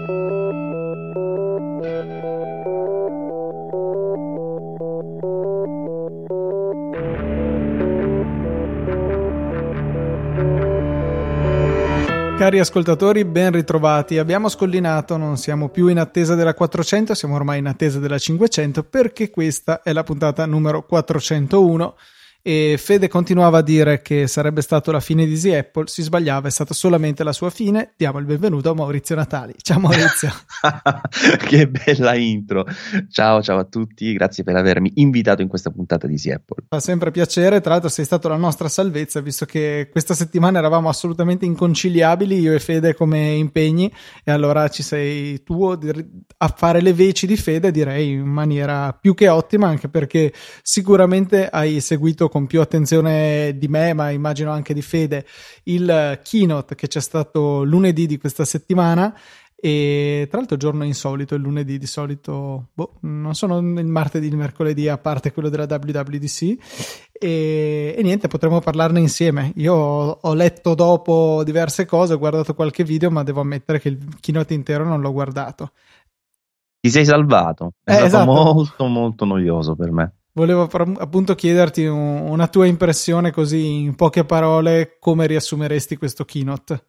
Cari ascoltatori, ben ritrovati. Abbiamo scollinato, non siamo più in attesa della 400, siamo ormai in attesa della 500, perché questa è la puntata numero 401 e Fede continuava a dire che sarebbe stato la fine di Easy Apple. Si sbagliava, è stata solamente la sua fine. Diamo il benvenuto a Maurizio Natali. Ciao Maurizio. Che bella intro. Ciao a tutti, grazie per avermi invitato in questa puntata di Easy Apple. Fa sempre piacere, tra l'altro sei stato la nostra salvezza, visto che questa settimana eravamo assolutamente inconciliabili io e Fede come impegni, e allora ci sei tu a fare le veci di Fede, direi in maniera più che ottima, anche perché sicuramente hai seguito con più attenzione di me, ma immagino anche di Fede, il keynote che c'è stato lunedì di questa settimana. E tra l'altro giorno insolito, il lunedì di solito non sono il martedì, il mercoledì, a parte quello della WWDC, e niente, potremo parlarne insieme. Io ho letto dopo diverse cose, ho guardato qualche video, ma devo ammettere che il keynote intero non l'ho guardato. Ti sei salvato, è stato esatto. molto noioso per me. Volevo appunto chiederti una tua impressione, così in poche parole, come riassumeresti questo keynote?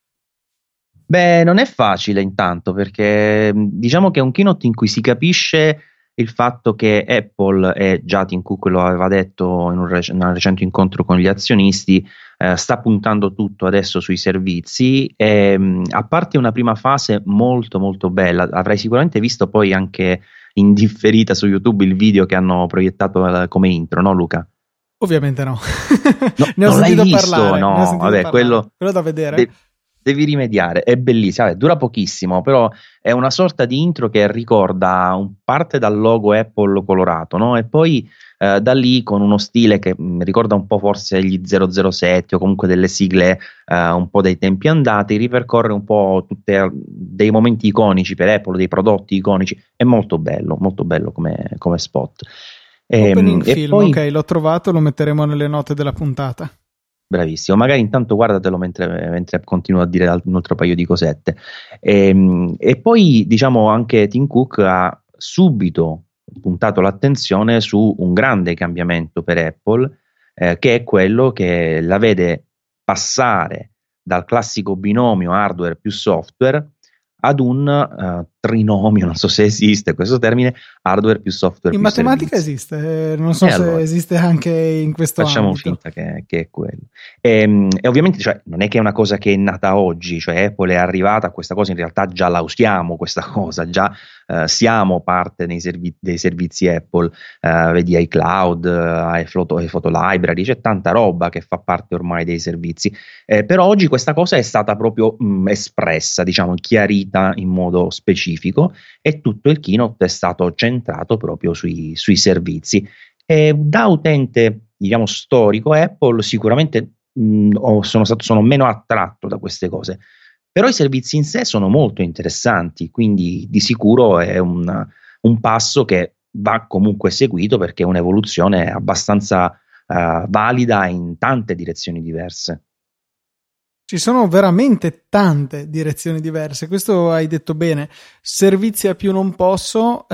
Beh, non è facile intanto, perché diciamo che è un keynote in cui si capisce il fatto che Apple, e già Tim Cook lo aveva detto in un recente incontro con gli azionisti, sta puntando tutto adesso sui servizi, e a parte una prima fase molto bella, avrai sicuramente visto poi anche in differita su YouTube il video che hanno proiettato come intro, no Luca? Ovviamente no. No, ne ho non sentito l'hai visto? parlare. No, vabbè, parlare. quello da vedere. Devi rimediare, è bellissimo, dura pochissimo, però è una sorta di intro che ricorda parte dal logo Apple colorato, no? E poi da lì, con uno stile che ricorda un po' forse gli 007 o comunque delle sigle un po' dei tempi andati, ripercorre un po' tutti dei momenti iconici per Apple, dei prodotti iconici. È molto bello come spot. Opening film, poi, ok, l'ho trovato, lo metteremo nelle note della puntata. Bravissimo, magari intanto guardatelo mentre continuo a dire un altro paio di cosette. E poi diciamo anche Tim Cook ha subito puntato l'attenzione su un grande cambiamento per Apple, che è quello che la vede passare dal classico binomio hardware più software ad un trinomio, non so se esiste questo termine, hardware più software in più matematica servizi. esiste, non so se allora esiste anche in questo facciamo ambito. finta che è quello. E ovviamente, cioè, non è che è una cosa che è nata oggi, cioè Apple è arrivata a questa cosa, in realtà già la usiamo questa cosa, già siamo parte dei servizi Apple, vedi iCloud, iPhoto Library, c'è tanta roba che fa parte ormai dei servizi, però oggi questa cosa è stata proprio espressa, diciamo, chiarita in modo specifico, e tutto il keynote è stato centrato proprio sui servizi. E da utente, diciamo, storico Apple, sicuramente sono meno attratto da queste cose, però i servizi in sé sono molto interessanti, quindi di sicuro è un passo che va comunque seguito, perché è un'evoluzione abbastanza valida in tante direzioni diverse. Ci sono veramente tante direzioni diverse, questo hai detto bene. Servizi a più non posso,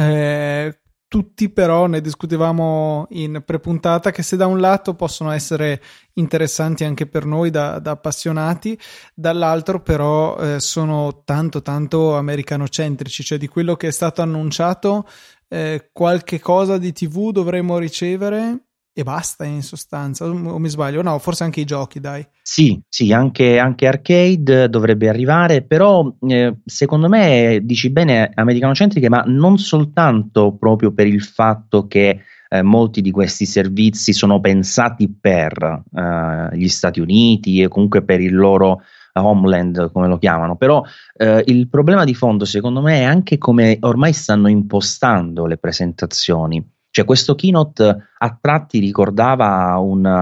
tutti però, ne discutevamo in prepuntata, che se da un lato possono essere interessanti anche per noi da appassionati, dall'altro però sono tanto americanocentrici, cioè di quello che è stato annunciato qualche cosa di TV dovremmo ricevere e basta, in sostanza, o mi sbaglio? No, forse anche i giochi, dai. Sì, anche Arcade dovrebbe arrivare, però secondo me dici bene, americanocentriche, ma non soltanto proprio per il fatto che molti di questi servizi sono pensati per gli Stati Uniti e comunque per il loro homeland, come lo chiamano, però il problema di fondo secondo me è anche come ormai stanno impostando le presentazioni. Cioè, questo keynote a tratti ricordava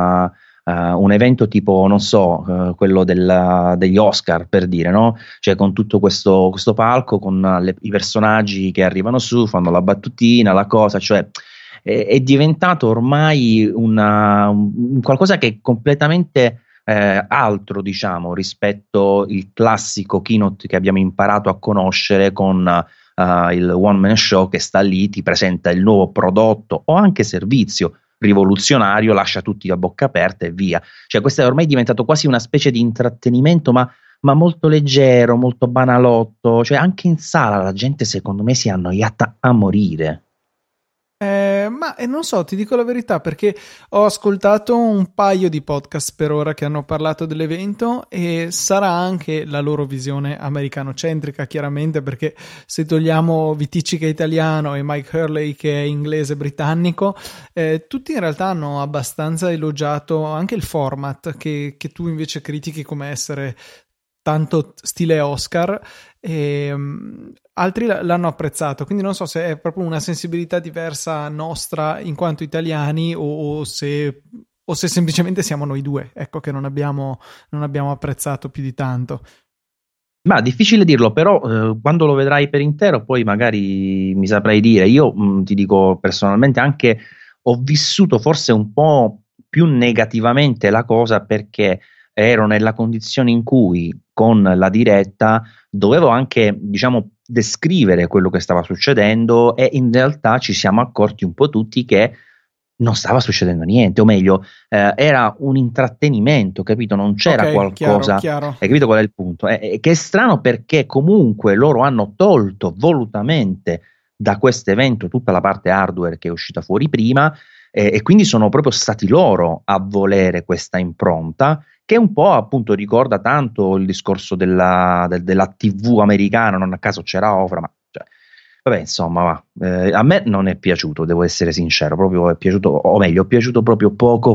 un evento tipo, non so, quello degli Oscar, per dire, no? Cioè, con tutto questo palco, con i personaggi che arrivano su, fanno la battutina, la cosa, cioè è diventato ormai un qualcosa che è completamente altro, diciamo, rispetto il classico keynote che abbiamo imparato a conoscere con il one man show che sta lì, ti presenta il nuovo prodotto o anche servizio rivoluzionario, lascia tutti a bocca aperta e via. Cioè, questo è ormai diventato quasi una specie di intrattenimento, ma molto leggero, molto banalotto. Cioè, anche in sala la gente, secondo me, si è annoiata a morire. Ma non so, ti dico la verità, perché ho ascoltato un paio di podcast per ora che hanno parlato dell'evento e sarà anche la loro visione americanocentrica, chiaramente, perché se togliamo Viticci che è italiano e Mike Hurley che è inglese britannico, tutti in realtà hanno abbastanza elogiato anche il format che tu invece critichi come essere tanto stile Oscar, e altri l'hanno apprezzato, quindi non so se è proprio una sensibilità diversa nostra in quanto italiani o se semplicemente siamo noi due, ecco, che non abbiamo apprezzato più di tanto. Ma difficile dirlo, però quando lo vedrai per intero poi magari mi saprai dire. Io ti dico personalmente, anche ho vissuto forse un po' più negativamente la cosa, perché ero nella condizione in cui con la diretta dovevo anche, diciamo, descrivere quello che stava succedendo, e in realtà ci siamo accorti un po' tutti che non stava succedendo niente, o meglio, era un intrattenimento, capito? Non c'era qualcosa. Chiaro. Hai capito qual è il punto? Che è strano, perché comunque loro hanno tolto volutamente da questo evento tutta la parte hardware che è uscita fuori prima, e quindi sono proprio stati loro a volere questa impronta, che un po' appunto ricorda tanto il discorso della TV americana. Non a caso c'era Ofra, ma cioè, vabbè, insomma, a me non è piaciuto, devo essere sincero, proprio è piaciuto, o meglio, è piaciuto proprio poco.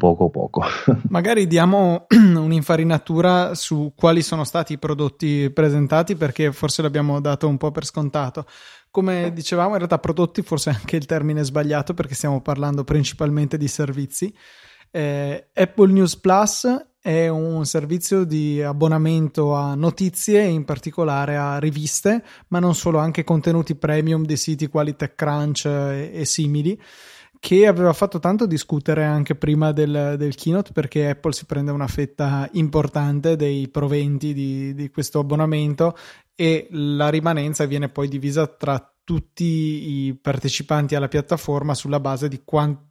Magari diamo un'infarinatura su quali sono stati i prodotti presentati, perché forse l'abbiamo dato un po' per scontato. Come dicevamo, in realtà prodotti forse è anche il termine sbagliato, perché stiamo parlando principalmente di servizi. Apple News Plus è un servizio di abbonamento a notizie, in particolare a riviste, ma non solo, anche contenuti premium di siti quali TechCrunch e simili, che aveva fatto tanto discutere anche prima del keynote, perché Apple si prende una fetta importante dei proventi di questo abbonamento, e la rimanenza viene poi divisa tra tutti i partecipanti alla piattaforma sulla base di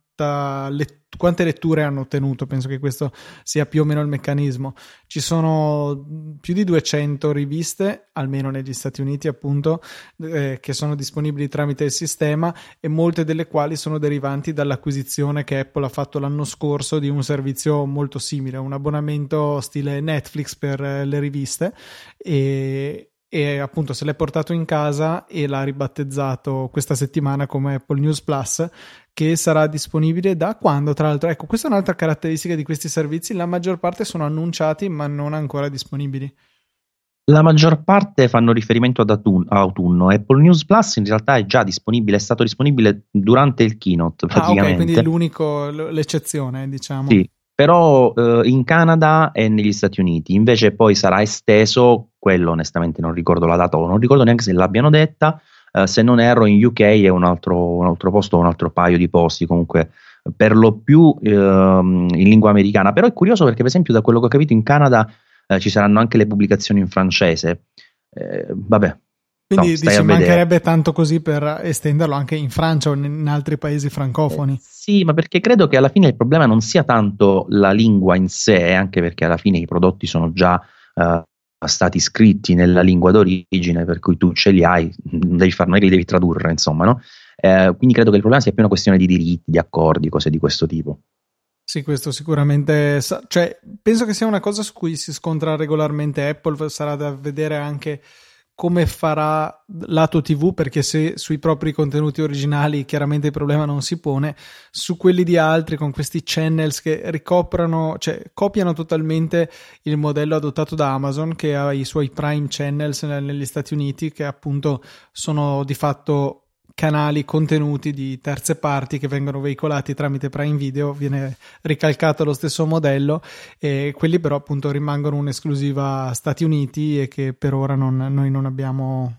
quante letture hanno ottenuto. Penso che questo sia più o meno il meccanismo. Ci sono più di 200 riviste, almeno negli Stati Uniti appunto, che sono disponibili tramite il sistema, e molte delle quali sono derivanti dall'acquisizione che Apple ha fatto l'anno scorso di un servizio molto simile, un abbonamento stile Netflix per le riviste, e appunto se l'è portato in casa e l'ha ribattezzato questa settimana come Apple News Plus, che sarà disponibile da quando, tra l'altro. Ecco, questa è un'altra caratteristica di questi servizi: la maggior parte sono annunciati ma non ancora disponibili. La maggior parte fanno riferimento ad autunno. Apple News Plus in realtà è già disponibile, è stato disponibile durante il keynote praticamente. Ok, quindi l'eccezione, diciamo. Sì, però in Canada e negli Stati Uniti. Invece poi sarà esteso, quello onestamente non ricordo la data, o non ricordo neanche se l'abbiano detta. Se non erro in UK è un altro posto, un altro paio di posti, comunque per lo più in lingua americana. Però è curioso perché, per esempio, da quello che ho capito, in Canada ci saranno anche le pubblicazioni in francese. Vabbè. Quindi no, dici, mancherebbe tanto così per estenderlo anche in Francia o in altri paesi francofoni. Sì, ma perché credo che alla fine il problema non sia tanto la lingua in sé, anche perché alla fine i prodotti sono già stati scritti nella lingua d'origine, per cui tu ce li hai, non li devi tradurre, insomma, no? Quindi credo che il problema sia più una questione di diritti, di accordi, cose di questo tipo. Sì, questo sicuramente, cioè, penso che sia una cosa su cui si scontra regolarmente Apple. Sarà da vedere anche come farà lato TV, perché se sui propri contenuti originali chiaramente il problema non si pone, su quelli di altri, con questi channels che copiano totalmente il modello adottato da Amazon, che ha i suoi Prime Channels negli Stati Uniti, che appunto sono di fatto canali, contenuti di terze parti che vengono veicolati tramite Prime Video. Viene ricalcato lo stesso modello, e quelli però appunto rimangono un'esclusiva Stati Uniti, e che per ora noi non abbiamo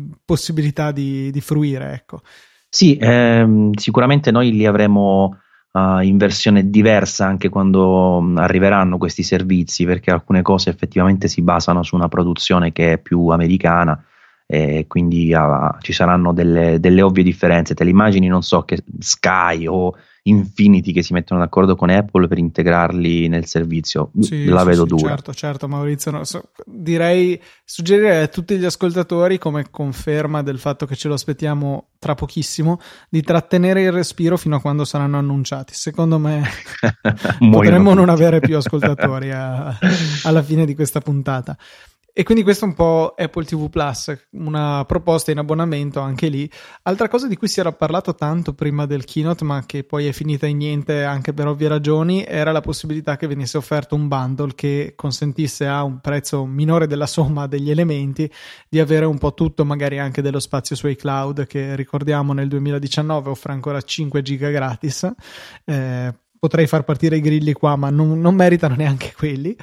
possibilità di fruire, ecco. Sì, sicuramente noi li avremo in versione diversa anche quando arriveranno questi servizi, perché alcune cose effettivamente si basano su una produzione che è più americana, e quindi ci saranno delle ovvie differenze. Te le immagini, non so, che Sky o Infinity che si mettono d'accordo con Apple per integrarli nel servizio? Sì, La sì, vedo sì, dura. certo, Maurizio. No, suggerirei a tutti gli ascoltatori, come conferma del fatto che ce lo aspettiamo tra pochissimo, di trattenere il respiro fino a quando saranno annunciati. Secondo me Muoiono potremmo non tutti. avere più ascoltatori alla fine di questa puntata. E quindi questo è un po' Apple TV Plus, una proposta in abbonamento anche lì. Altra cosa di cui si era parlato tanto prima del keynote, ma che poi è finita in niente anche per ovvie ragioni, era la possibilità che venisse offerto un bundle che consentisse a un prezzo minore della somma degli elementi di avere un po' tutto, magari anche dello spazio su iCloud, che ricordiamo nel 2019 offre ancora 5 giga gratis. Potrei far partire i grilli qua, ma non meritano neanche quelli.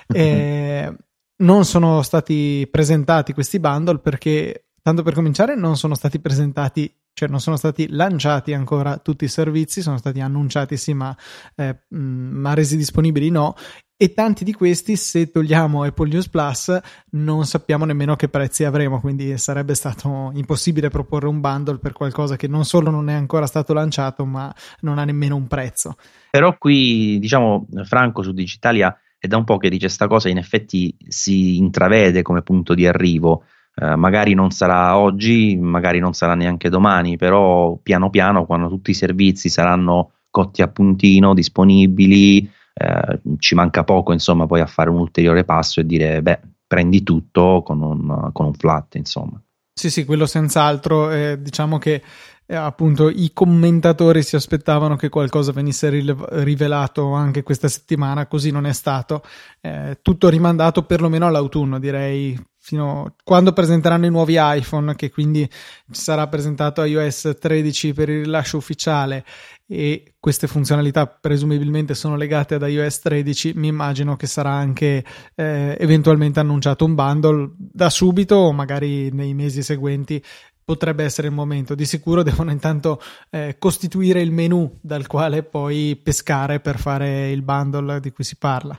Non sono stati presentati questi bundle perché, tanto per cominciare, non sono stati presentati, cioè non sono stati lanciati ancora tutti i servizi, sono stati annunciati sì, ma resi disponibili no. E tanti di questi, se togliamo Apple News Plus, non sappiamo nemmeno che prezzi avremo, quindi sarebbe stato impossibile proporre un bundle per qualcosa che non solo non è ancora stato lanciato, ma non ha nemmeno un prezzo. Però qui, diciamo, Franco su Digitalia è da un po' che dice sta cosa, in effetti si intravede come punto di arrivo. Magari non sarà oggi, magari non sarà neanche domani, però piano piano, quando tutti i servizi saranno cotti a puntino, disponibili, ci manca poco, insomma, poi a fare un ulteriore passo e dire, beh, prendi tutto con un flat, insomma. Sì, quello senz'altro. Diciamo che appunto i commentatori si aspettavano che qualcosa venisse rivelato anche questa settimana, così non è stato. Tutto rimandato perlomeno all'autunno, direi, fino a quando presenteranno i nuovi iPhone, che quindi ci sarà presentato iOS 13 per il rilascio ufficiale e queste funzionalità presumibilmente sono legate ad iOS 13. Mi immagino che sarà anche eventualmente annunciato un bundle da subito o magari nei mesi seguenti. Potrebbe essere il momento. Di sicuro devono intanto costituire il menu dal quale poi pescare per fare il bundle di cui si parla.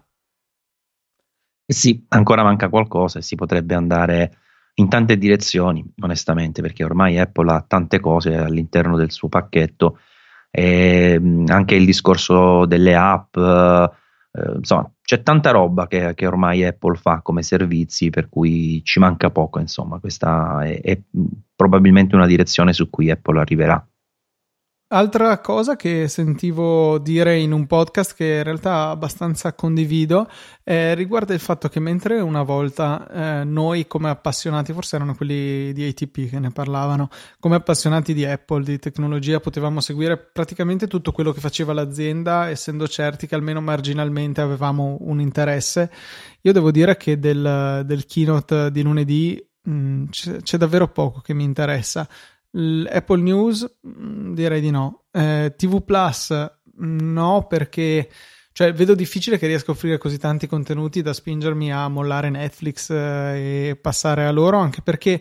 Sì, ancora manca qualcosa e si potrebbe andare in tante direzioni, onestamente, perché ormai Apple ha tante cose all'interno del suo pacchetto, e anche il discorso delle app, insomma, c'è tanta roba che ormai Apple fa come servizi, per cui ci manca poco, insomma, questa è probabilmente una direzione su cui Apple arriverà. Altra cosa che sentivo dire in un podcast, che in realtà abbastanza condivido, riguarda il fatto che mentre una volta noi come appassionati, forse erano quelli di ATP che ne parlavano, come appassionati di Apple, di tecnologia, potevamo seguire praticamente tutto quello che faceva l'azienda, essendo certi che almeno marginalmente avevamo un interesse. Io devo dire che del keynote di lunedì c'è davvero poco che mi interessa. Apple News direi di no. TV Plus no, perché vedo difficile che riesca a offrire così tanti contenuti da spingermi a mollare Netflix e passare a loro, anche perché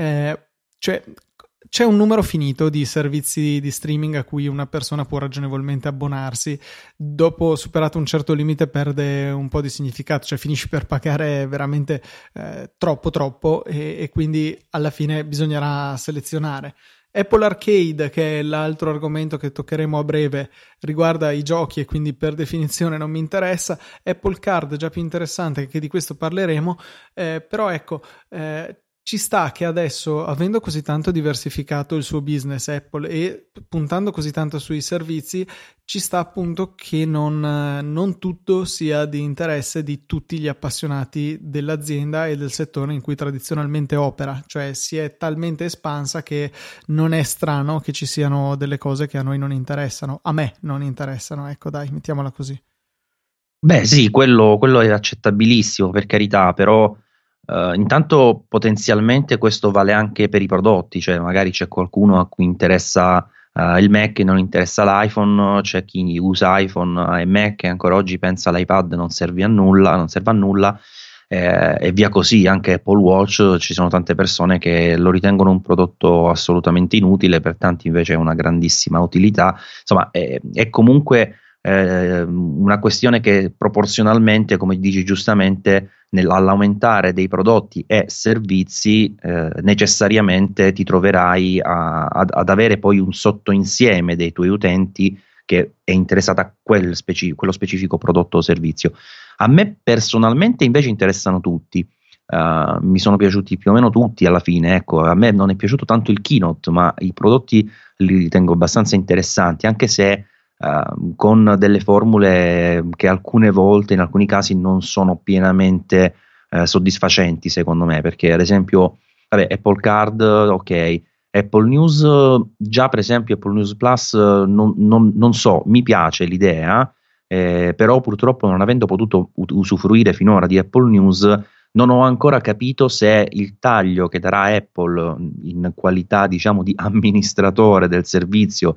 c'è un numero finito di servizi di streaming a cui una persona può ragionevolmente abbonarsi. Dopo superato un certo limite perde un po' di significato, cioè finisci per pagare veramente troppo e quindi alla fine bisognerà selezionare. Apple Arcade, che è l'altro argomento che toccheremo a breve, riguarda i giochi e quindi per definizione non mi interessa. Apple Card, già più interessante, che di questo parleremo, però ecco, ci sta che adesso, avendo così tanto diversificato il suo business Apple e puntando così tanto sui servizi, ci sta appunto che non tutto sia di interesse di tutti gli appassionati dell'azienda e del settore in cui tradizionalmente opera, cioè si è talmente espansa che non è strano che ci siano delle cose che a noi non interessano, a me non interessano, ecco, dai, mettiamola così. Beh, sì, quello è accettabilissimo, per carità, però intanto potenzialmente questo vale anche per i prodotti, cioè magari c'è qualcuno a cui interessa il Mac e non interessa l'iPhone, c'è chi usa iPhone e Mac e ancora oggi pensa l'iPad non serve a nulla, e via così. Anche Apple Watch, ci sono tante persone che lo ritengono un prodotto assolutamente inutile, per tanti invece è una grandissima utilità. Insomma, è comunque una questione che proporzionalmente, come dici giustamente, all'aumentare dei prodotti e servizi necessariamente ti troverai ad avere poi un sottoinsieme dei tuoi utenti che è interessato a quello specifico prodotto o servizio. A me personalmente invece interessano tutti. Mi sono piaciuti più o meno tutti alla fine. Ecco, a me non è piaciuto tanto il keynote, ma i prodotti li ritengo abbastanza interessanti, anche se con delle formule che alcune volte, in alcuni casi, non sono pienamente soddisfacenti, secondo me, perché ad esempio, vabbè, Apple Card, ok, Apple News, già per esempio Apple News Plus, non so, mi piace l'idea, però purtroppo, non avendo potuto usufruire finora di Apple News, non ho ancora capito se il taglio che darà Apple in qualità, diciamo, di amministratore del servizio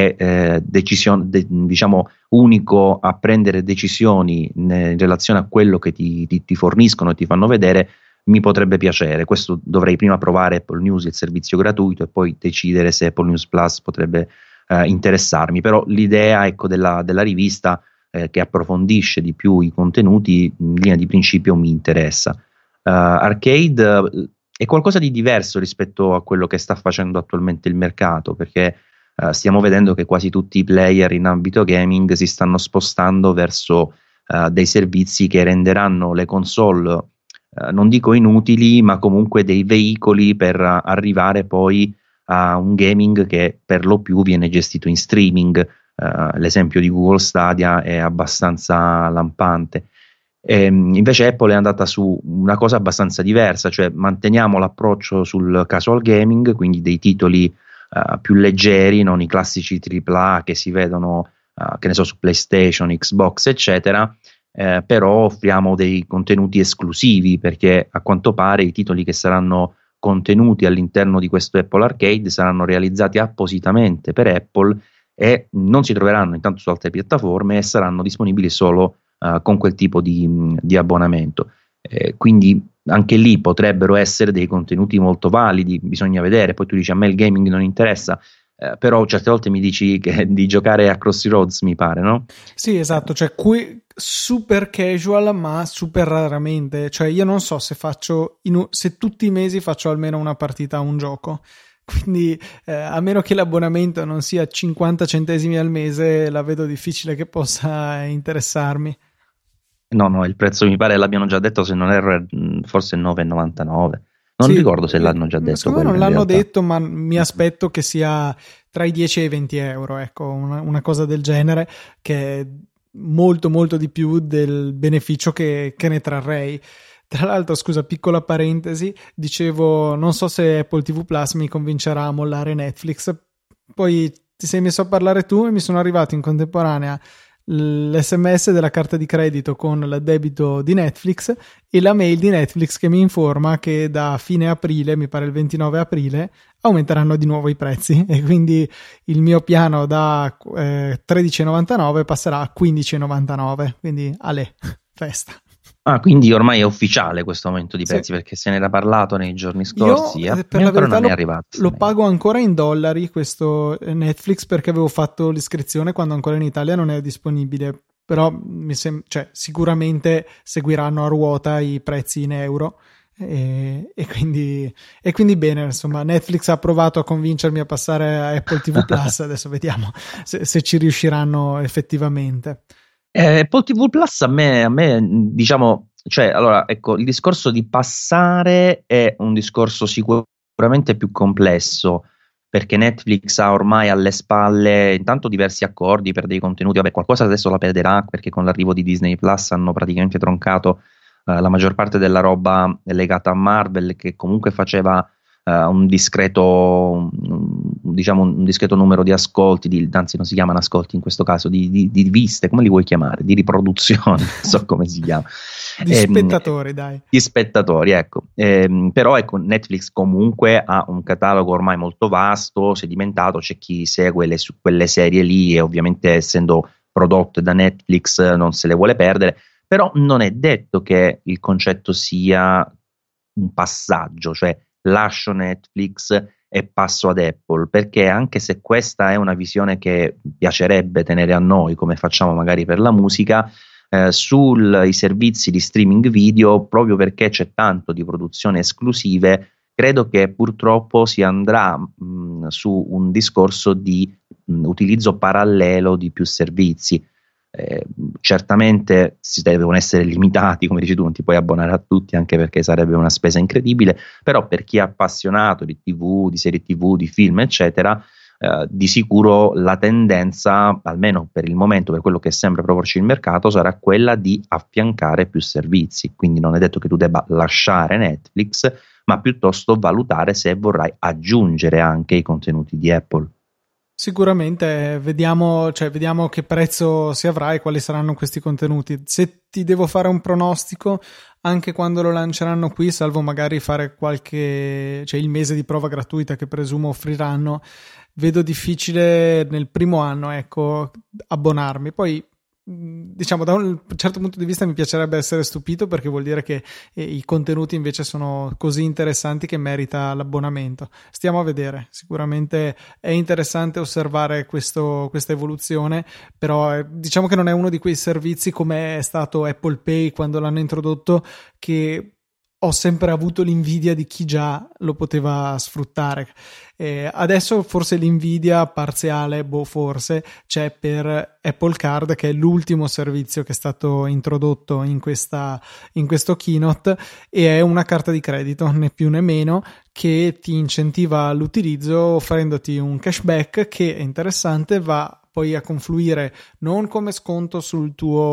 e diciamo unico a prendere decisioni in relazione a quello che ti forniscono e ti fanno vedere, mi potrebbe piacere. Questo dovrei prima provare Apple News, il servizio gratuito, e poi decidere se Apple News Plus potrebbe interessarmi. Però l'idea, ecco, della rivista che approfondisce di più i contenuti, in linea di principio mi interessa. Arcade è qualcosa di diverso rispetto a quello che sta facendo attualmente il mercato, perché stiamo vedendo che quasi tutti i player in ambito gaming si stanno spostando verso dei servizi che renderanno le console, non dico inutili, ma comunque dei veicoli per arrivare poi a un gaming che per lo più viene gestito in streaming. L'esempio di Google Stadia è abbastanza lampante. Invece Apple è andata su una cosa abbastanza diversa, cioè manteniamo l'approccio sul casual gaming, quindi dei titoli più leggeri, non i classici AAA che si vedono che ne so, su PlayStation, Xbox, eccetera, però offriamo dei contenuti esclusivi, perché a quanto pare i titoli che saranno contenuti all'interno di questo Apple Arcade saranno realizzati appositamente per Apple e non si troveranno intanto su altre piattaforme e saranno disponibili solo con quel tipo di abbonamento. Quindi anche lì potrebbero essere dei contenuti molto validi, bisogna vedere. Poi tu dici: a me il gaming non interessa, però certe volte mi dici che di giocare a Crossy Roads, mi pare, no? Sì, esatto, cioè qui super casual, ma super raramente. Cioè io non so se se tutti i mesi faccio almeno una partita a un gioco. Quindi a meno che l'abbonamento non sia 50 centesimi al mese, la vedo difficile che possa interessarmi. No, il prezzo mi pare l'abbiano già detto, se non erro forse 9,99. Non Sì, ricordo se l'hanno già detto secondo me quello non in l'hanno realtà. detto, ma mi aspetto che sia tra i 10 e i 20 euro, ecco, una cosa del genere, che è molto molto di più del beneficio che ne trarrei. Tra l'altro, scusa, piccola parentesi, dicevo, non so se Apple TV Plus mi convincerà a mollare Netflix, poi ti sei messo a parlare tu e mi sono arrivato in contemporanea l'SMS della carta di credito con il debito di Netflix e la mail di Netflix che mi informa che da fine aprile, mi pare il 29 aprile, aumenteranno di nuovo i prezzi, e quindi il mio piano da 13,99 passerà a 15,99, quindi festa. Ah, quindi ormai è ufficiale questo aumento di Sì. prezzi, perché se ne era parlato nei giorni Io scorsi, a per me la ancora verità non è arrivato. lo pago ancora in dollari questo Netflix, perché avevo fatto l'iscrizione quando ancora in Italia non è disponibile, però cioè, sicuramente seguiranno a ruota i prezzi in euro e quindi bene, insomma, Netflix ha provato a convincermi a passare a Apple TV Plus, adesso vediamo se ci riusciranno effettivamente. Apple TV Plus a me, diciamo, cioè, allora, ecco, il discorso di passare è un discorso sicuramente più complesso, perché Netflix ha ormai alle spalle intanto diversi accordi per dei contenuti. Vabbè, qualcosa adesso la perderà, perché con l'arrivo di Disney Plus hanno praticamente troncato la maggior parte della roba legata a Marvel, che comunque faceva un discreto, diciamo un discreto numero di ascolti, anzi non si chiamano ascolti in questo caso, di viste, come li vuoi chiamare, di riproduzioni, non so come si chiama. Di spettatori, dai. Di spettatori, ecco. Però ecco, Netflix comunque ha un catalogo ormai molto vasto, sedimentato, c'è chi segue quelle serie lì e ovviamente essendo prodotte da Netflix non se le vuole perdere. Però non è detto che il concetto sia un passaggio, cioè lascio Netflix e passo ad Apple, perché anche se questa è una visione che piacerebbe tenere a noi, come facciamo magari per la musica, sui servizi di streaming video, proprio perché c'è tanto di produzioni esclusive, credo che purtroppo si andrà su un discorso di utilizzo parallelo di più servizi. Certamente si devono essere limitati, come dici tu, non ti puoi abbonare a tutti, anche perché sarebbe una spesa incredibile, però per chi è appassionato di TV, di serie TV, di film, eccetera, di sicuro la tendenza, almeno per il momento, per quello che sembra proporci il mercato, sarà quella di affiancare più servizi. Quindi non è detto che tu debba lasciare Netflix, ma piuttosto valutare se vorrai aggiungere anche i contenuti di Apple. Sicuramente vediamo che prezzo si avrà e quali saranno questi contenuti. Se ti devo fare un pronostico, anche quando lo lanceranno qui, salvo magari fare il mese di prova gratuita che presumo offriranno, vedo difficile nel primo anno, ecco, abbonarmi. Poi diciamo, da un certo punto di vista mi piacerebbe essere stupito, perché vuol dire che i contenuti invece sono così interessanti che merita l'abbonamento. Stiamo a vedere. Sicuramente è interessante osservare questa evoluzione, però diciamo che non è uno di quei servizi come è stato Apple Pay quando l'hanno introdotto, che ho sempre avuto l'invidia di chi già lo poteva sfruttare. Adesso forse l'invidia parziale, forse c'è per Apple Card, che è l'ultimo servizio che è stato introdotto in questo keynote, e è una carta di credito, né più né meno, che ti incentiva l'utilizzo offrendoti un cashback che è interessante, va poi a confluire non come sconto sulla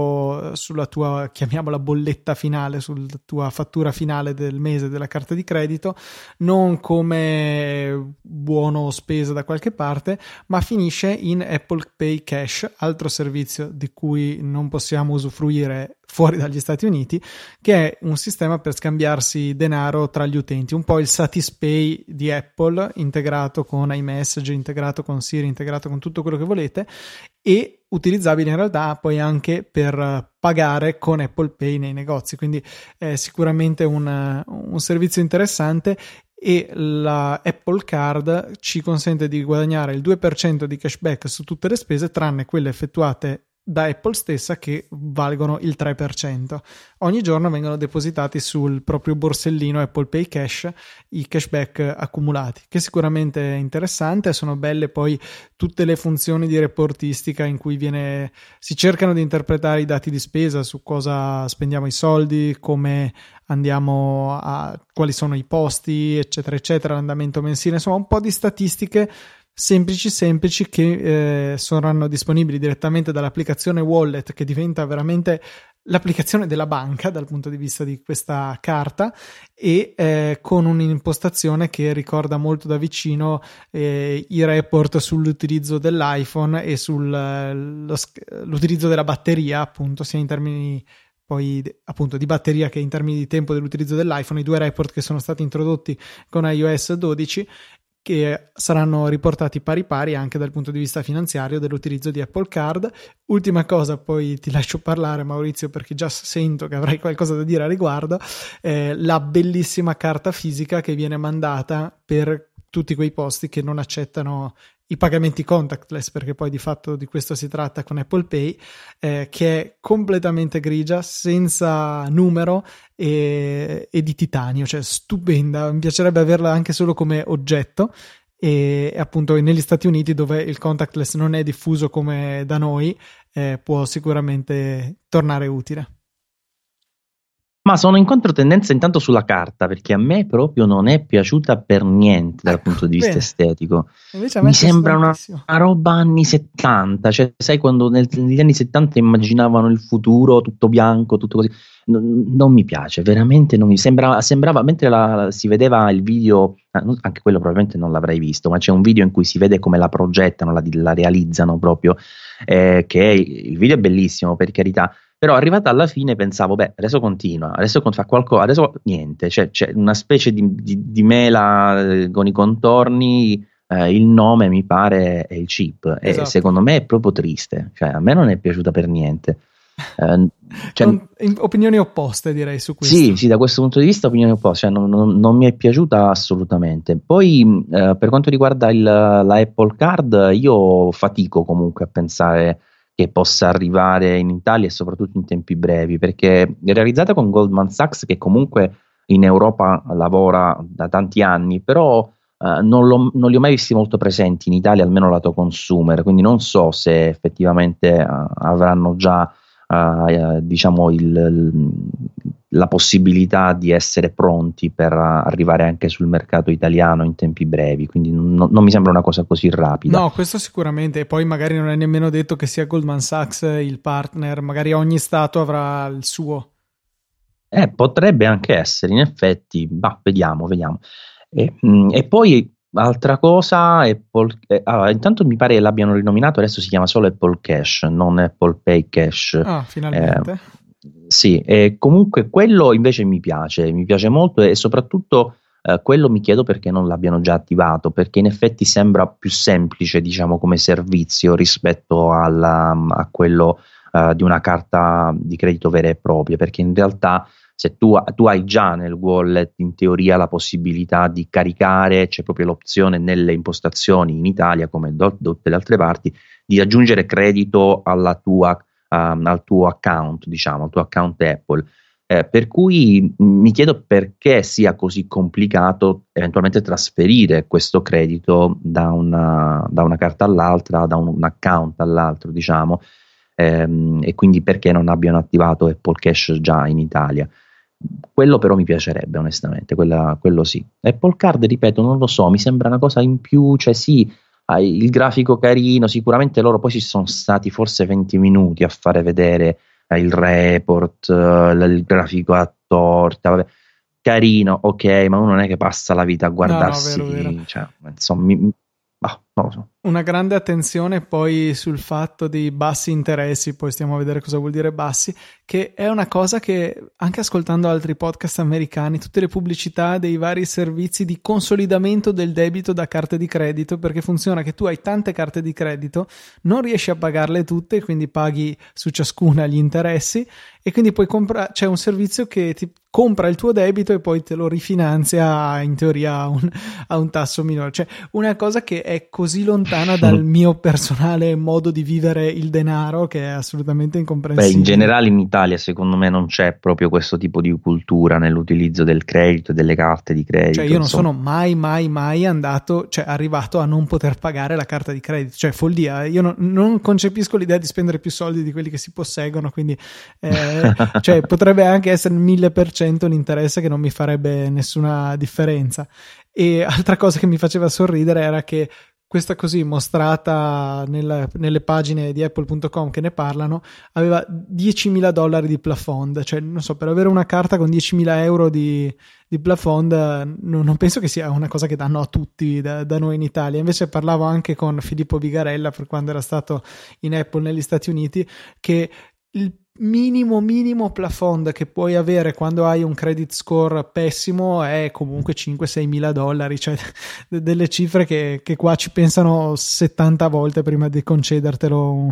tua, chiamiamola, bolletta finale, sulla tua fattura finale del mese della carta di credito, non come buono spesa da qualche parte, ma finisce in Apple Pay Cash, altro servizio di cui non possiamo usufruire fuori dagli Stati Uniti, che è un sistema per scambiarsi denaro tra gli utenti, un po' il Satispay di Apple, integrato con iMessage, integrato con Siri, integrato con tutto quello che volete, e utilizzabile in realtà poi anche per pagare con Apple Pay nei negozi. Quindi è sicuramente un servizio interessante, e la Apple Card ci consente di guadagnare il 2% di cashback su tutte le spese, tranne quelle effettuate da Apple stessa, che valgono il 3%. Ogni giorno vengono depositati sul proprio borsellino Apple Pay Cash i cashback accumulati, che sicuramente è interessante. Sono belle poi tutte le funzioni di reportistica in cui si cercano di interpretare i dati di spesa, su cosa spendiamo i soldi, come andiamo quali sono i posti, eccetera eccetera, l'andamento mensile, insomma un po' di statistiche semplici che saranno disponibili direttamente dall'applicazione Wallet, che diventa veramente l'applicazione della banca dal punto di vista di questa carta, e con un'impostazione che ricorda molto da vicino i report sull'utilizzo dell'iPhone e sull'utilizzo della batteria, appunto, sia in termini poi appunto di batteria che in termini di tempo dell'utilizzo dell'iPhone, i due report che sono stati introdotti con iOS 12, che saranno riportati pari pari anche dal punto di vista finanziario dell'utilizzo di Apple Card. Ultima cosa, poi ti lascio parlare, Maurizio, perché già sento che avrai qualcosa da dire a riguardo, la bellissima carta fisica che viene mandata per tutti quei posti che non accettano i pagamenti contactless, perché poi di fatto di questo si tratta con Apple Pay, che è completamente grigia, senza numero e di titanio, cioè stupenda. Mi piacerebbe averla anche solo come oggetto, e appunto negli Stati Uniti, dove il contactless non è diffuso come da noi, può sicuramente tornare utile. Ma sono in controtendenza intanto sulla carta, perché a me proprio non è piaciuta per niente dal punto di vista estetico. Mi sembra una roba anni 70, cioè sai quando negli anni 70 immaginavano il futuro tutto bianco, tutto così. Non mi piace, veramente non mi sembrava mentre si vedeva il video, anche quello probabilmente non l'avrei visto, ma c'è un video in cui si vede come la progettano, la realizzano proprio, che il video è bellissimo, per carità. Però arrivata alla fine pensavo, adesso continua, adesso fa qualcosa, adesso niente, c'è una specie di mela con i contorni, il nome mi pare è il chip, esatto. E secondo me è proprio triste, cioè a me non è piaciuta per niente. Cioè, opinioni opposte, direi, su questo. sì, da questo punto di vista opinioni opposte, cioè, non mi è piaciuta assolutamente. Poi per quanto riguarda la Apple Card, io fatico comunque a pensare che possa arrivare in Italia e soprattutto in tempi brevi, perché è realizzata con Goldman Sachs, che comunque in Europa lavora da tanti anni, però non li ho mai visti molto presenti in Italia, almeno lato consumer, quindi non so se effettivamente avranno già diciamo la possibilità di essere pronti per arrivare anche sul mercato italiano in tempi brevi, quindi non mi sembra una cosa così rapida. No, questo sicuramente, e poi magari non è nemmeno detto che sia Goldman Sachs il partner, magari ogni stato avrà il suo. Potrebbe anche essere, in effetti, vediamo. E poi altra cosa, Apple, intanto mi pare che l'abbiano rinominato, adesso si chiama solo Apple Cash, non Apple Pay Cash. Ah, finalmente. Sì, e comunque quello invece mi piace molto e soprattutto quello mi chiedo perché non l'abbiano già attivato, perché in effetti sembra più semplice, diciamo, come servizio rispetto a quello di una carta di credito vera e propria, perché in realtà se tu hai già nel wallet in teoria la possibilità di caricare, c'è proprio l'opzione nelle impostazioni in Italia come da tutte le altre parti di aggiungere credito al tuo account, diciamo, al tuo account Apple. Per cui mi chiedo perché sia così complicato eventualmente trasferire questo credito da una carta all'altra, da un account all'altro, diciamo, e quindi perché non abbiano attivato Apple Cash già in Italia. Quello però mi piacerebbe onestamente, quello sì. Apple Card, ripeto, non lo so, mi sembra una cosa in più, cioè sì, hai il grafico carino, sicuramente loro poi ci sono stati forse 20 minuti a fare vedere il report, il grafico a torta, vabbè. Carino, ok, ma uno non è che passa la vita a guardarsi, No, vero. cioè, insomma, non lo so. Una grande attenzione poi sul fatto dei bassi interessi, poi stiamo a vedere cosa vuol dire bassi, che è una cosa che anche ascoltando altri podcast americani, tutte le pubblicità dei vari servizi di consolidamento del debito da carte di credito, perché funziona che tu hai tante carte di credito, non riesci a pagarle tutte, quindi paghi su ciascuna gli interessi e quindi poi c'è un servizio che ti compra il tuo debito e poi te lo rifinanzia in teoria a un tasso minore, cioè una cosa che è così lontana dal mio personale modo di vivere il denaro che è assolutamente incomprensibile. In generale in Italia secondo me non c'è proprio questo tipo di cultura nell'utilizzo del credito e delle carte di credito. Cioè io non sono mai andato, cioè arrivato a non poter pagare la carta di credito, cioè follia, io non concepisco l'idea di spendere più soldi di quelli che si posseggono, quindi cioè potrebbe anche essere il 1000% l'interesse che non mi farebbe nessuna differenza. E altra cosa che mi faceva sorridere era che questa così mostrata nelle pagine di Apple.com che ne parlano aveva $10.000 di plafond, cioè non so, per avere una carta con 10.000 euro di plafond non penso che sia una cosa che danno a tutti da noi in Italia. Invece parlavo anche con Filippo Vigarella per quando era stato in Apple negli Stati Uniti, che il minimo plafond che puoi avere quando hai un credit score pessimo è comunque $5.000-6.000, cioè delle cifre che qua ci pensano 70 volte prima di concedertelo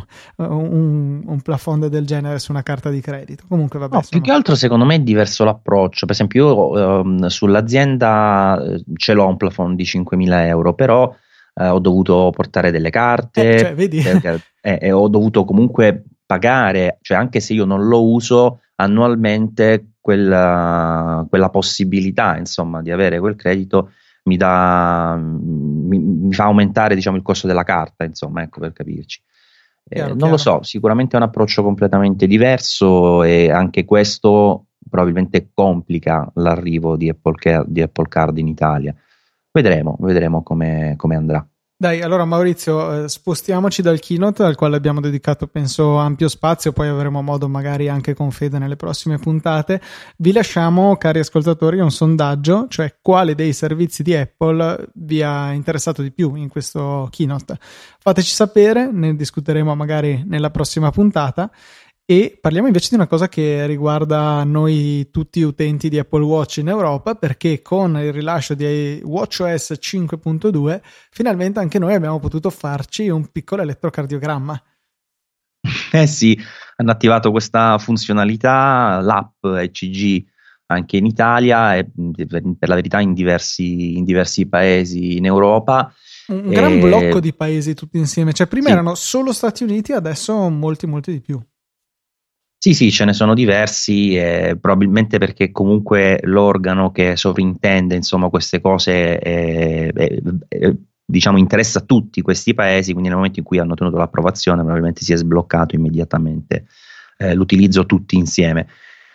un plafond del genere su una carta di credito. Comunque vabbè, più che altro secondo me è diverso l'approccio. Per esempio io sull'azienda ce l'ho un plafond di 5.000 euro, però ho dovuto portare delle carte, cioè, vedi? E ho dovuto comunque pagare, cioè anche se io non lo uso annualmente, quella possibilità insomma di avere quel credito mi fa aumentare, diciamo, il costo della carta, insomma, ecco, per capirci. Non lo so, sicuramente è un approccio completamente diverso e anche questo probabilmente complica l'arrivo di Apple Card in Italia. Vedremo come andrà. Dai, allora Maurizio, spostiamoci dal keynote al quale abbiamo dedicato penso ampio spazio, poi avremo modo magari anche con Fede nelle prossime puntate. Vi lasciamo, cari ascoltatori, un sondaggio, cioè quale dei servizi di Apple vi ha interessato di più in questo keynote. Fateci sapere, ne discuteremo magari nella prossima puntata. E parliamo invece di una cosa che riguarda noi tutti utenti di Apple Watch in Europa, perché con il rilascio di WatchOS 5.2 finalmente anche noi abbiamo potuto farci un piccolo elettrocardiogramma. Eh sì, hanno attivato questa funzionalità, l'app ECG anche in Italia e per la verità in diversi paesi in Europa. Un gran blocco E, di paesi tutti insieme, cioè prima sì, erano solo Stati Uniti, adesso molti, molti di più. sì, sì, ce ne sono diversi, probabilmente perché comunque l'organo che sovrintende, insomma, queste cose, diciamo, interessa a tutti questi paesi, quindi nel momento in cui hanno ottenuto l'approvazione, probabilmente si è sbloccato immediatamente, l'utilizzo tutti insieme.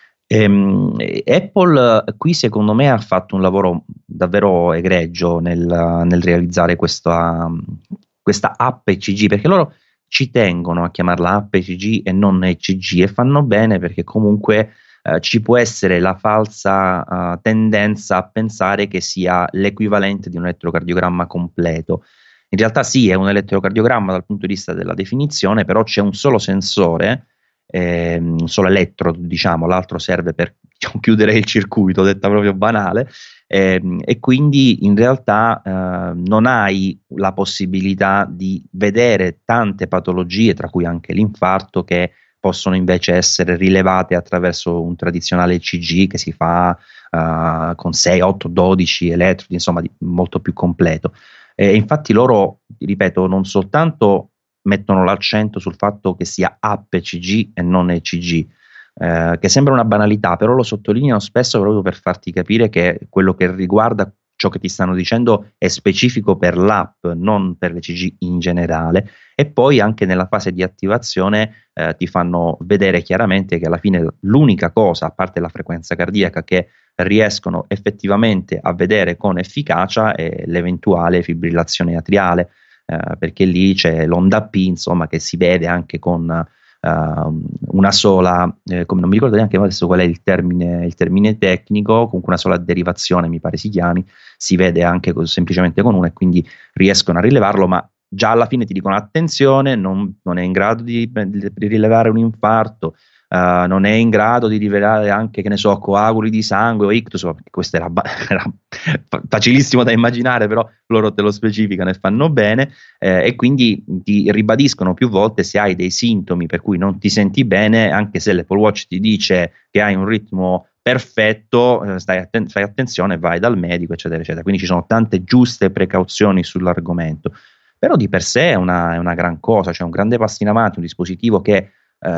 Apple qui secondo me ha fatto un lavoro davvero egregio nel realizzare questa app ECG, perché loro ci tengono a chiamarla app ECG e non ECG, e fanno bene perché comunque ci può essere la falsa tendenza a pensare che sia l'equivalente di un elettrocardiogramma completo. In realtà sì, è un elettrocardiogramma dal punto di vista della definizione, però c'è un solo sensore, un solo elettrodo, diciamo, l'altro serve per, diciamo, chiudere il circuito, detta proprio banale, e quindi in realtà non hai la possibilità di vedere tante patologie, tra cui anche l'infarto, che possono invece essere rilevate attraverso un tradizionale ECG che si fa con 6, 8, 12 elettrodi, insomma, molto più completo. Infatti loro, ripeto, non soltanto mettono l'accento sul fatto che sia app ECG e non ECG, che sembra una banalità, però lo sottolineano spesso proprio per farti capire che quello che riguarda ciò che ti stanno dicendo è specifico per l'app, non per l'ECG in generale. E poi anche nella fase di attivazione ti fanno vedere chiaramente che alla fine l'unica cosa, a parte la frequenza cardiaca, che riescono effettivamente a vedere con efficacia è l'eventuale fibrillazione atriale, perché lì c'è l'onda P, insomma, che si vede anche con una sola, come non mi ricordo neanche adesso qual è il termine tecnico, comunque una sola derivazione mi pare si chiami, si vede anche semplicemente con una, e quindi riescono a rilevarlo, ma già alla fine ti dicono attenzione, non è in grado di rilevare un infarto, non è in grado di rivelare anche, che ne so, coaguli di sangue o ictus, questo era facilissimo da immaginare, però loro te lo specificano e fanno bene, e quindi ti ribadiscono più volte se hai dei sintomi per cui non ti senti bene, anche se l'Apple Watch ti dice che hai un ritmo perfetto, fai attenzione, vai dal medico, eccetera, eccetera. Quindi ci sono tante giuste precauzioni sull'argomento. Però di per sé è una gran cosa, cioè un grande passo in avanti, un dispositivo che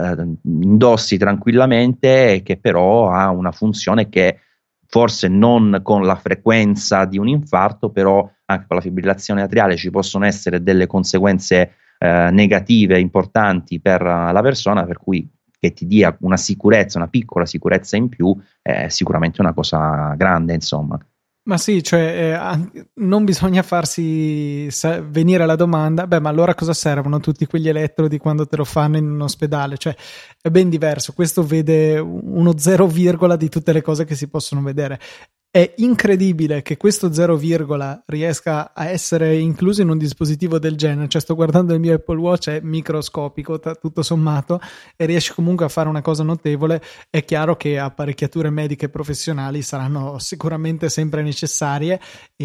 indossi tranquillamente e che però ha una funzione che forse non con la frequenza di un infarto, però anche con la fibrillazione atriale ci possono essere delle conseguenze negative importanti per la persona, per cui che ti dia una sicurezza, una piccola sicurezza in più, è sicuramente una cosa grande, insomma. Ma sì, cioè, non bisogna farsi venire la domanda, beh, ma allora cosa servono tutti quegli elettrodi quando te lo fanno in un ospedale? Cioè, è ben diverso. Questo vede uno 0, di tutte le cose che si possono vedere. È incredibile che questo 0, riesca a essere incluso in un dispositivo del genere. Cioè, sto guardando il mio Apple Watch, è microscopico, tutto sommato, e riesce comunque a fare una cosa notevole. È chiaro che apparecchiature mediche professionali saranno sicuramente sempre necessarie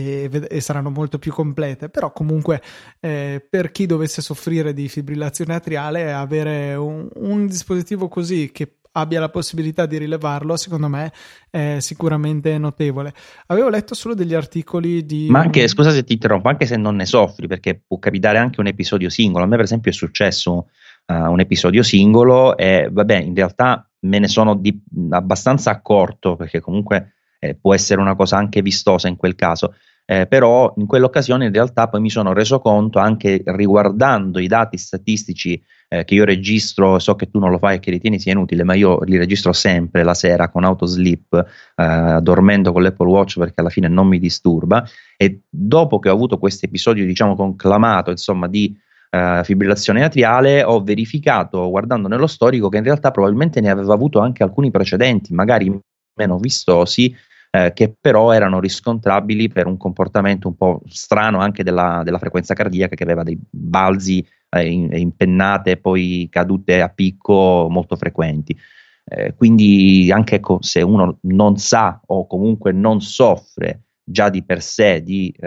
e saranno molto più complete, però comunque per chi dovesse soffrire di fibrillazione atriale, avere un dispositivo così che abbia la possibilità di rilevarlo, secondo me è sicuramente notevole. Avevo letto solo degli articoli di Ma anche, scusa se ti interrompo, anche se non ne soffri, perché può capitare anche un episodio singolo. A me, per esempio, è successo un episodio singolo e vabbè, in realtà me ne sono abbastanza accorto, perché comunque può essere una cosa anche vistosa in quel caso. Però in quell'occasione in realtà poi mi sono reso conto, anche riguardando i dati statistici che io registro, so che tu non lo fai e che ritieni sia inutile, ma io li registro sempre la sera con autosleep, dormendo con l'Apple Watch, perché alla fine non mi disturba. E dopo che ho avuto questo episodio, diciamo, conclamato, insomma, di fibrillazione atriale, ho verificato, guardando nello storico, che in realtà probabilmente ne aveva avuto anche alcuni precedenti, magari meno vistosi, che però erano riscontrabili per un comportamento un po' strano anche della frequenza cardiaca, che aveva dei balzi impennate e poi cadute a picco molto frequenti. Quindi anche, ecco, se uno non sa o comunque non soffre già di per sé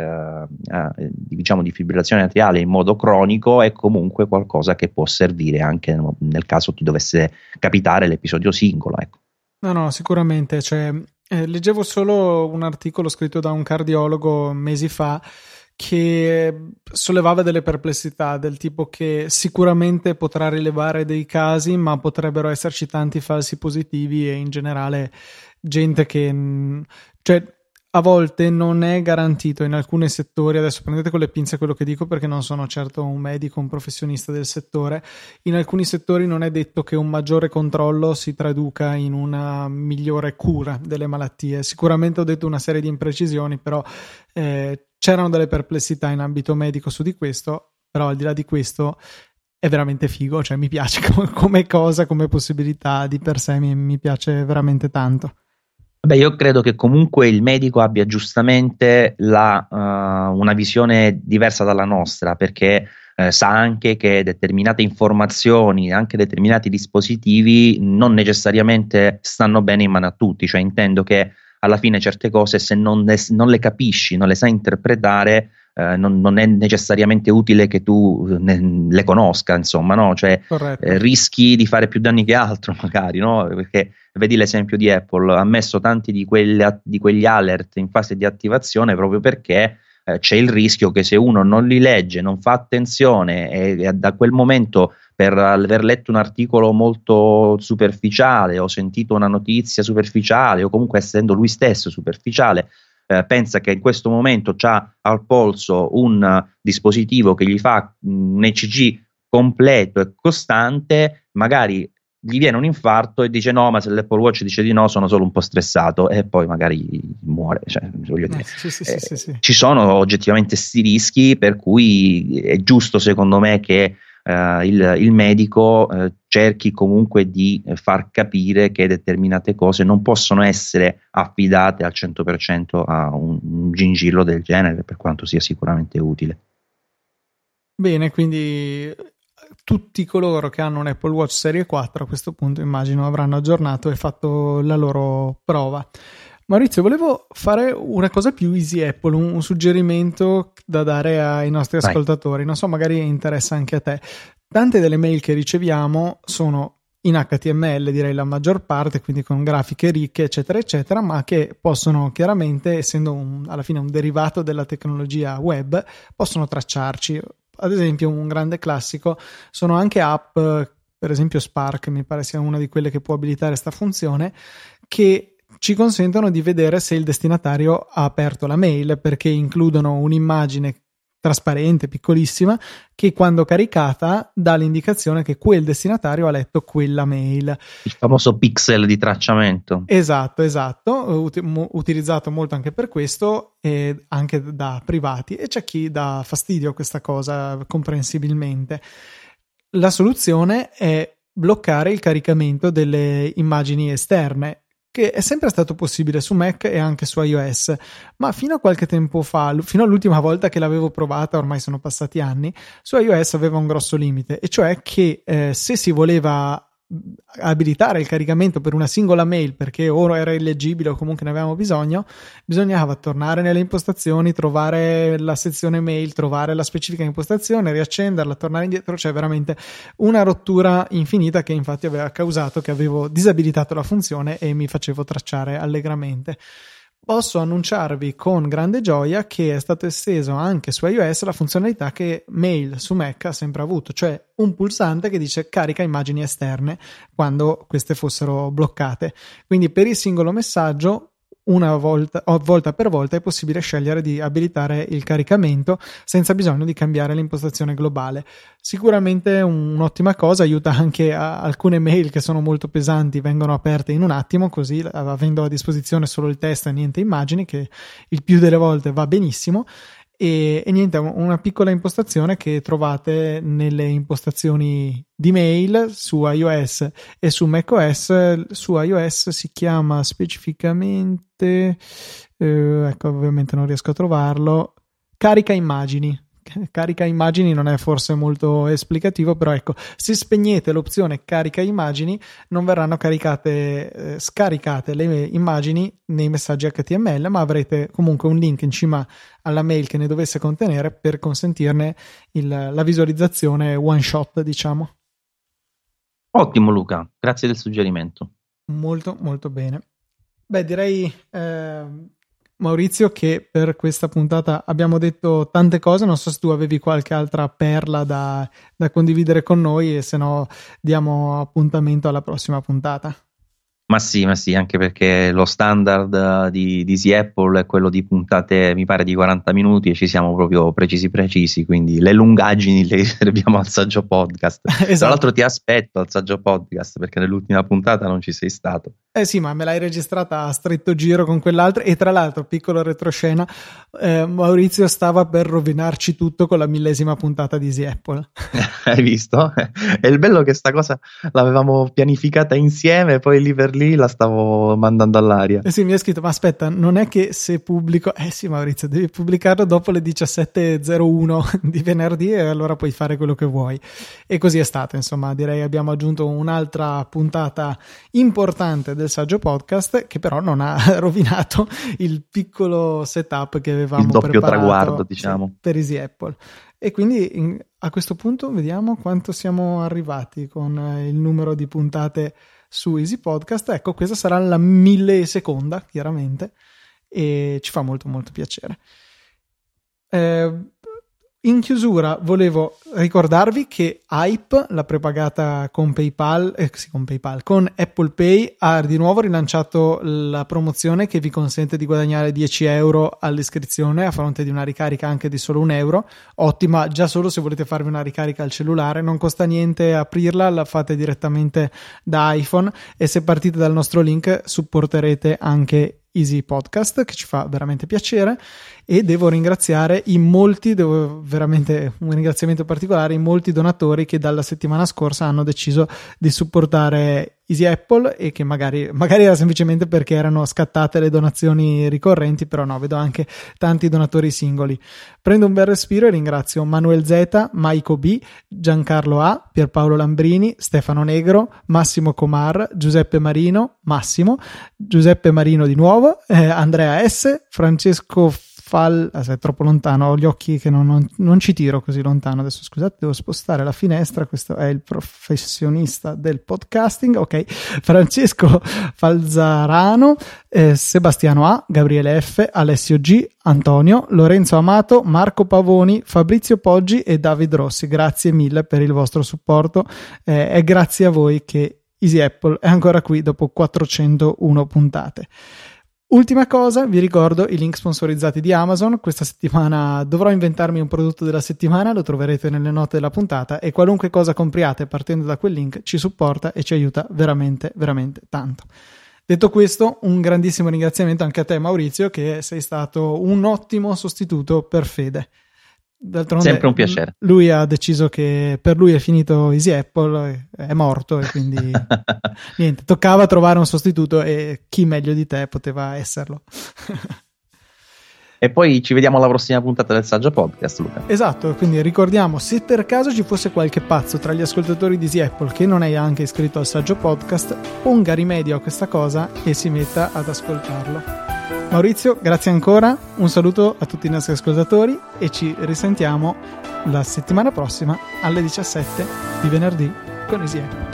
diciamo di fibrillazione atriale in modo cronico è comunque qualcosa che può servire anche nel caso ti dovesse capitare l'episodio singolo, ecco. No, sicuramente. Cioè, leggevo solo un articolo scritto da un cardiologo mesi fa che sollevava delle perplessità del tipo che sicuramente potrà rilevare dei casi, ma potrebbero esserci tanti falsi positivi e in generale gente che, cioè, a volte non è garantito in alcuni settori. Adesso prendete con le pinze quello che dico perché non sono certo un medico, un professionista del settore. In alcuni settori non è detto che un maggiore controllo si traduca in una migliore cura delle malattie. Sicuramente ho detto una serie di imprecisioni, però c'erano delle perplessità in ambito medico su di questo, però al di là di questo è veramente figo, cioè mi piace come cosa, come possibilità di per sé, mi piace veramente tanto. Beh, io credo che comunque il medico abbia giustamente una visione diversa dalla nostra, perché sa anche che determinate informazioni, anche determinati dispositivi, non necessariamente stanno bene in mano a tutti. Cioè, intendo che alla fine certe cose, se non le capisci, non le sai interpretare, non è necessariamente utile che tu le conosca, insomma, no? Cioè, Corretto. rischi di fare più danni che altro, magari, no? Perché vedi l'esempio di Apple, ha messo tanti di quegli alert in fase di attivazione proprio perché c'è il rischio che se uno non li legge, non fa attenzione e da quel momento, per aver letto un articolo molto superficiale o sentito una notizia superficiale o comunque essendo lui stesso superficiale, pensa che in questo momento c'ha al polso un dispositivo che gli fa un ECG completo e costante, magari gli viene un infarto e dice no, ma se l'Apple Watch dice di no sono solo un po' stressato, e poi magari muore. Cioè, voglio dire, Sì. ci sono oggettivamente questi rischi, per cui è giusto secondo me che il medico cerchi comunque di far capire che determinate cose non possono essere affidate al 100% a un gingillo del genere, per quanto sia sicuramente utile. Bene, quindi tutti coloro che hanno un Apple Watch Serie 4 a questo punto immagino avranno aggiornato e fatto la loro prova. Maurizio, volevo fare una cosa più easy Apple, un suggerimento da dare ai nostri ascoltatori. Non so, magari interessa anche a te. Tante delle mail che riceviamo sono in HTML, direi la maggior parte, quindi con grafiche ricche, eccetera, eccetera, ma che possono chiaramente, essendo alla fine un derivato della tecnologia web, possono tracciarci. Ad esempio, un grande classico sono anche app, per esempio Spark, mi pare sia una di quelle che può abilitare questa funzione, che ci consentono di vedere se il destinatario ha aperto la mail, perché includono un'immagine trasparente, piccolissima, che quando caricata dà l'indicazione che quel destinatario ha letto quella mail. Il famoso pixel di tracciamento. Esatto, utilizzato molto anche per questo, e anche da privati, e c'è chi dà fastidio a questa cosa, comprensibilmente. La soluzione è bloccare il caricamento delle immagini esterne, che è sempre stato possibile su Mac e anche su iOS, ma fino a qualche tempo fa, fino all'ultima volta che l'avevo provata, ormai sono passati anni, su iOS aveva un grosso limite, e cioè che se si voleva abilitare il caricamento per una singola mail perché ora era illeggibile o comunque ne avevamo bisogno, bisognava tornare nelle impostazioni, trovare la sezione mail, trovare la specifica impostazione, riaccenderla, tornare indietro. Cioè veramente una rottura infinita, che infatti aveva causato che avevo disabilitato la funzione e mi facevo tracciare allegramente. Posso annunciarvi con grande gioia che è stato esteso anche su iOS la funzionalità che Mail su Mac ha sempre avuto, cioè un pulsante che dice carica immagini esterne quando queste fossero bloccate. Quindi per il singolo messaggio, una volta per volta, è possibile scegliere di abilitare il caricamento senza bisogno di cambiare l'impostazione globale. Sicuramente un'ottima cosa, aiuta anche alcune mail che sono molto pesanti, vengono aperte in un attimo, così avendo a disposizione solo il testo e niente immagini, che il più delle volte va benissimo. E niente, una piccola impostazione che trovate nelle impostazioni di mail su iOS e su macOS. Su iOS si chiama specificamente ecco, ovviamente non riesco a trovarlo, carica immagini, carica immagini non è forse molto esplicativo, però ecco, se spegnete l'opzione carica immagini non verranno scaricate le immagini nei messaggi HTML, ma avrete comunque un link in cima alla mail che ne dovesse contenere per consentirne la visualizzazione one shot, diciamo. Ottimo Luca, grazie del suggerimento. Molto molto bene. Beh, direi Maurizio che per questa puntata abbiamo detto tante cose, non so se tu avevi qualche altra perla da condividere con noi, e se no diamo appuntamento alla prossima puntata. Ma sì, anche perché lo standard di Easy Apple è quello di puntate, mi pare, di 40 minuti, e ci siamo proprio precisi, quindi le lungaggini le riserviamo al Saggio Podcast. Esatto. Tra l'altro ti aspetto al Saggio Podcast, perché nell'ultima puntata non ci sei stato. Sì, ma me l'hai registrata a stretto giro con quell'altra, e tra l'altro, piccolo retroscena, Maurizio stava per rovinarci tutto con la 1000ª puntata di Easy Apple. Hai visto? È il bello che sta cosa l'avevamo pianificata insieme, poi lì per lì la stavo mandando all'aria. Sì, mi ha scritto, ma aspetta, non è che se pubblico... sì Maurizio, devi pubblicarlo dopo le 17:01 di venerdì, e allora puoi fare quello che vuoi. E così è stato, insomma, direi abbiamo aggiunto un'altra puntata importante del Saggio Podcast, che però non ha rovinato il piccolo setup che avevamo preparato. Il doppio traguardo, diciamo. Per Easy Apple. E quindi a questo punto vediamo quanto siamo arrivati con il numero di puntate su Easy Podcast. Ecco, questa sarà la 1200ª, chiaramente, e ci fa molto molto piacere. In chiusura volevo ricordarvi che Hype, la prepagata con PayPal, con Apple Pay, ha di nuovo rilanciato la promozione che vi consente di guadagnare 10 euro all'iscrizione a fronte di una ricarica anche di solo €1. Ottima già solo se volete farvi una ricarica al cellulare, non costa niente aprirla, la fate direttamente da iPhone, e se partite dal nostro link supporterete anche Easy Podcast, che ci fa veramente piacere. E devo ringraziare veramente un ringraziamento particolare, i molti donatori che dalla settimana scorsa hanno deciso di supportare Easy Apple, e che magari era semplicemente perché erano scattate le donazioni ricorrenti, però no, vedo anche tanti donatori singoli. Prendo un bel respiro e ringrazio Manuel Z, Maiko B, Giancarlo A, Pierpaolo Lambrini, Stefano Negro, Massimo Comar, Giuseppe Marino, Giuseppe Marino di nuovo, Andrea S, Francesco è troppo lontano, ho gli occhi che non ci tiro così lontano. Adesso scusate, devo spostare la finestra. Questo è il professionista del podcasting. Ok, Francesco Falzarano, Sebastiano A, Gabriele F, Alessio G, Antonio, Lorenzo Amato, Marco Pavoni, Fabrizio Poggi e David Rossi. Grazie mille per il vostro supporto, è grazie a voi che Easy Apple è ancora qui dopo 401 puntate. Ultima cosa, vi ricordo i link sponsorizzati di Amazon. Questa settimana dovrò inventarmi un prodotto della settimana, lo troverete nelle note della puntata, e qualunque cosa compriate partendo da quel link ci supporta e ci aiuta veramente veramente tanto. Detto questo, un grandissimo ringraziamento anche a te Maurizio, che sei stato un ottimo sostituto per Fede. D'altronde, sempre un piacere. Lui ha deciso che per lui è finito Easy Apple, è morto, e quindi niente, toccava trovare un sostituto, e chi meglio di te poteva esserlo. E poi ci vediamo alla prossima puntata del Saggio Podcast, Luca. Esatto, quindi ricordiamo, se per caso ci fosse qualche pazzo tra gli ascoltatori di Easy Apple che non è anche iscritto al Saggio Podcast, ponga rimedio a questa cosa e si metta ad ascoltarlo. Maurizio, grazie ancora, un saluto a tutti i nostri ascoltatori, e ci risentiamo la settimana prossima alle 17 di venerdì con Easy Apple.